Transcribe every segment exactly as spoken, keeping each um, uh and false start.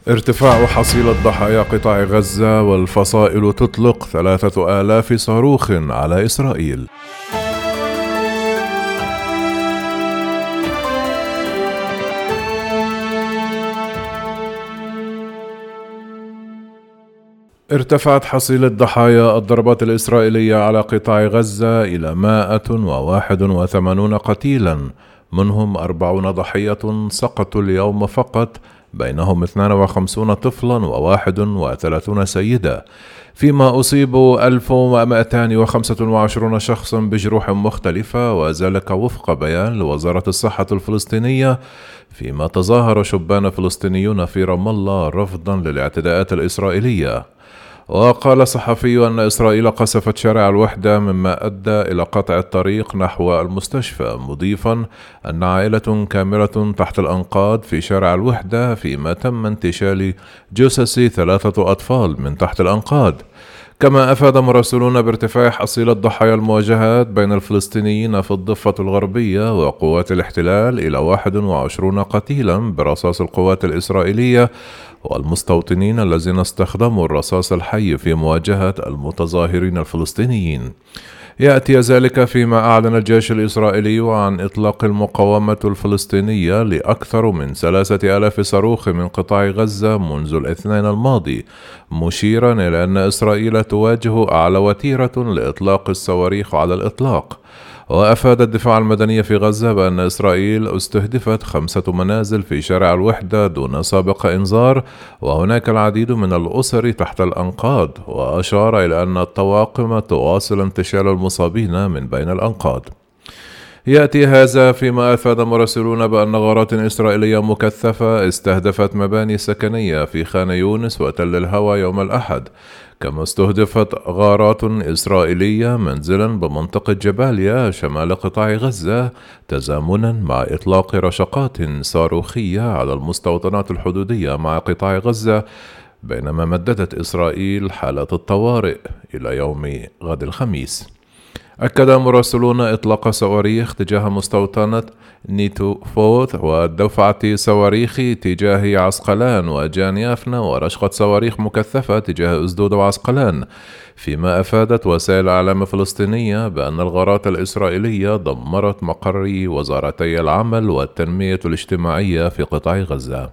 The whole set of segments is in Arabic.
ارتفاع حصيلة ضحايا قطاع غزة والفصائل تطلق ثلاثة آلاف صاروخ على إسرائيل. ارتفعت حصيلة ضحايا الضربات الإسرائيلية على قطاع غزة إلى مائة وواحد وثمانين قتيلا، منهم أربعون ضحية سقطوا اليوم فقط، بينهم اثنان وخمسين طفلا وواحد وثلاثون سيدة، فيما أصيبوا ألف ومئتين وخمسة وعشرين شخصا بجروح مختلفة، وذلك وفق بيان لوزارة الصحة الفلسطينية، فيما تظاهر شبان فلسطينيون في رام الله رفضا للاعتداءات الإسرائيلية. وقال صحفي أن إسرائيل قصفت شارع الوحدة مما أدى إلى قطع الطريق نحو المستشفى، مضيفا أن عائلة كاملة تحت الأنقاض في شارع الوحدة، فيما تم انتشال جثث ثلاثة أطفال من تحت الأنقاض. كما أفاد مراسلون بارتفاع حصيلة ضحايا المواجهات بين الفلسطينيين في الضفة الغربية وقوات الاحتلال إلى واحد وعشرين قتيلا برصاص القوات الإسرائيلية والمستوطنين الذين استخدموا الرصاص الحي في مواجهة المتظاهرين الفلسطينيين. يأتي ذلك فيما أعلن الجيش الإسرائيلي عن إطلاق المقاومة الفلسطينية لأكثر من ثلاثة آلاف صاروخ من قطاع غزة منذ الاثنين الماضي، مشيرا إلى أن إسرائيل تواجه أعلى وتيرة لإطلاق الصواريخ على الإطلاق. وأفاد الدفاع المدني في غزة بأن إسرائيل استهدفت خمسة منازل في شارع الوحدة دون سابق إنذار، وهناك العديد من الأسر تحت الأنقاض، وأشار إلى أن الطواقم تواصل انتشال المصابين من بين الأنقاض. يأتي هذا فيما أفاد مراسلون بأن غارات إسرائيلية مكثفة استهدفت مباني سكنية في خان يونس وتل الهوى يوم الأحد، كما استهدفت غارات إسرائيلية منزلا بمنطقة جباليا شمال قطاع غزة، تزامنا مع إطلاق رشقات صاروخية على المستوطنات الحدودية مع قطاع غزة، بينما مددت إسرائيل حالات الطوارئ إلى يوم غد الخميس. أكد مراسلون إطلاق صواريخ تجاه مستوطنة نيتو فوت ودفعة صواريخ تجاه عسقلان وجان يافنا، ورشقة صواريخ مكثفة تجاه أسدود وعسقلان، فيما أفادت وسائل إعلام فلسطينية بأن الغارات الإسرائيلية دمرت مقر وزارتي العمل والتنمية الاجتماعية في قطاع غزة.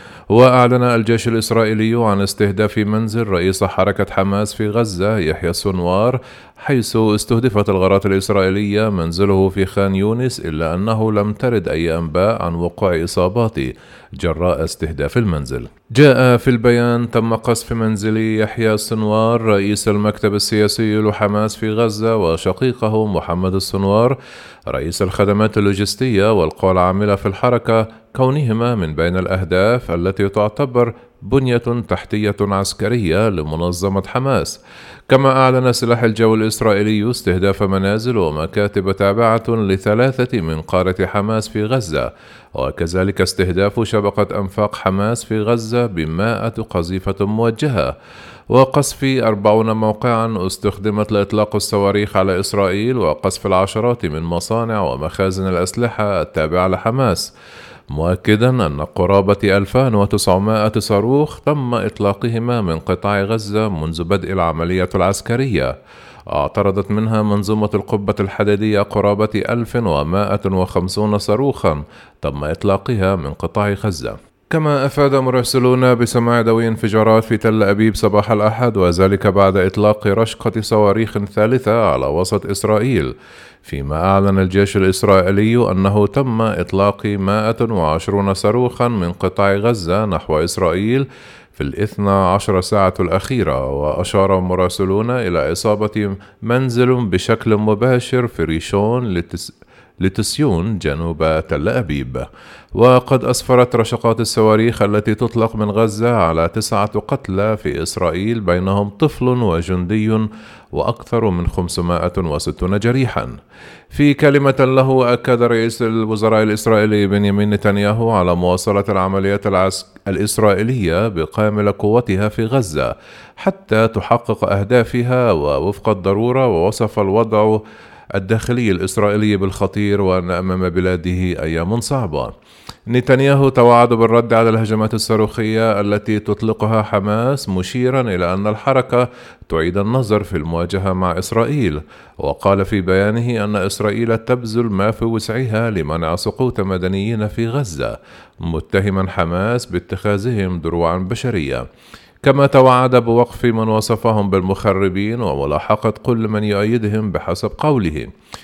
وأعلن الجيش الإسرائيلي عن استهداف منزل رئيس حركة حماس في غزة يحيى السنوار، حيث استهدفت الغارات الإسرائيلية منزله في خان يونس، إلا أنه لم ترد أي أنباء عن وقوع إصابات جراء استهداف المنزل. جاء في البيان: تم قصف منزل يحيى السنوار رئيس المكتب السياسي لحماس في غزة، وشقيقه محمد السنوار رئيس الخدمات اللوجستية والقوى العاملة في الحركة، كونهما من بين الأهداف التي تعتبر بنية تحتية عسكرية لمنظمة حماس. كما أعلن سلاح الجو الإسرائيلي استهداف منازل ومكاتب تابعة لثلاثة من قارة حماس في غزة، وكذلك استهداف شبكة أنفاق حماس في غزة بمائة قذيفة موجهة، وقصف أربعين موقعا استخدمت لإطلاق الصواريخ على إسرائيل، وقصف العشرات من مصانع ومخازن الأسلحة التابعة لحماس، مؤكدا أن قرابة ألفين وتسعمائة صاروخ تم إطلاقهما من قطاع غزة منذ بدء العملية العسكرية. اعترضت منها منظومة القبة الحديدية قرابة ألف ومائة وخمسين صاروخا تم إطلاقها من قطاع غزة. كما أفاد مراسلون بسماع دوي انفجارات في تل أبيب صباح الأحد، وذلك بعد إطلاق رشقة صواريخ ثالثة على وسط إسرائيل، فيما أعلن الجيش الإسرائيلي أنه تم إطلاق مائة وعشرين صاروخا من قطاع غزة نحو إسرائيل في الاثنى عشر ساعة الأخيرة. وأشار مراسلون إلى إصابة منزل بشكل مباشر في ريشون لتس لتسيون جنوب تل أبيب. وقد أسفرت رشقات الصواريخ التي تطلق من غزة على تسعة قتلى في إسرائيل، بينهم طفل وجندي، وأكثر من خمسمائة وستين جريحا. في كلمة له، أكد رئيس الوزراء الإسرائيلي بنيامين نتنياهو على مواصلة العمليات الإسرائيلية بكامل قوتها في غزة حتى تحقق أهدافها ووفق الضرورة، ووصف الوضع الداخلي الإسرائيلي بالخطير، وأن أمام بلاده أيام صعبة. نتنياهو توعد بالرد على الهجمات الصاروخية التي تطلقها حماس، مشيرا إلى أن الحركة تعيد النظر في المواجهة مع إسرائيل، وقال في بيانه أن إسرائيل تبذل ما في وسعها لمنع سقوط مدنيين في غزة، متهما حماس باتخاذهم دروعا بشرية. كما توعد بوقف من وصفهم بالمخربين وملاحقة كل من يؤيدهم بحسب قوله.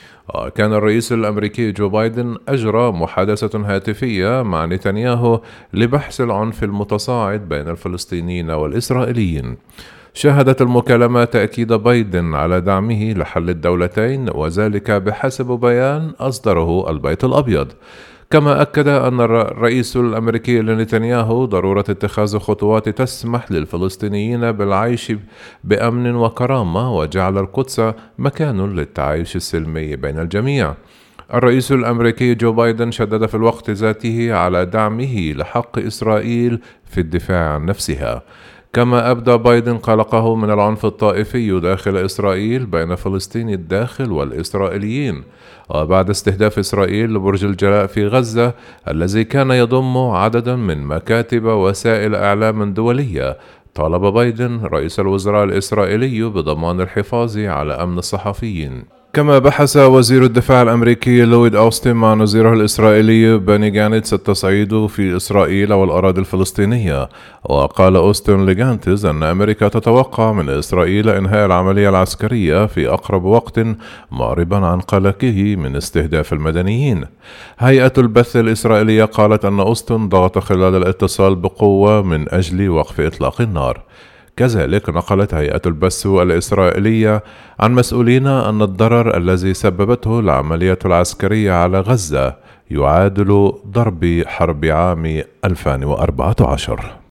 كان الرئيس الأمريكي جو بايدن أجرى محادثة هاتفية مع نتنياهو لبحث العنف المتصاعد بين الفلسطينيين والإسرائيليين. شهدت المكالمة تأكيد بايدن على دعمه لحل الدولتين، وذلك بحسب بيان أصدره البيت الأبيض. كما أكد أن الرئيس الأمريكي لنتنياهو ضرورة اتخاذ خطوات تسمح للفلسطينيين بالعيش بأمن وكرامة، وجعل القدس مكان للتعايش السلمي بين الجميع. الرئيس الأمريكي جو بايدن شدد في الوقت ذاته على دعمه لحق إسرائيل في الدفاع عن نفسها. كما أبدى بايدن قلقه من العنف الطائفي داخل إسرائيل بين فلسطيني الداخل والإسرائيليين، وبعد استهداف إسرائيل لبرج الجلاء في غزة الذي كان يضم عددا من مكاتب وسائل إعلام دولية، طالب بايدن رئيس الوزراء الإسرائيلي بضمان الحفاظ على أمن الصحفيين. كما بحث وزير الدفاع الأمريكي لويد أوستن مع نظيره الإسرائيلي بني جانتس التصعيد في إسرائيل والأراضي الفلسطينية. وقال أوستن لجانتس أن أمريكا تتوقع من إسرائيل إنهاء العملية العسكرية في أقرب وقت، معربا عن قلقه من استهداف المدنيين. هيئة البث الإسرائيلية قالت أن أوستن ضغط خلال الاتصال بقوة من أجل وقف إطلاق النار. كذلك نقلت هيئة البث الإسرائيلية عن مسؤولين أن الضرر الذي سببته العملية العسكرية على غزة يعادل ضرب حرب عام ألفين وأربعة عشر.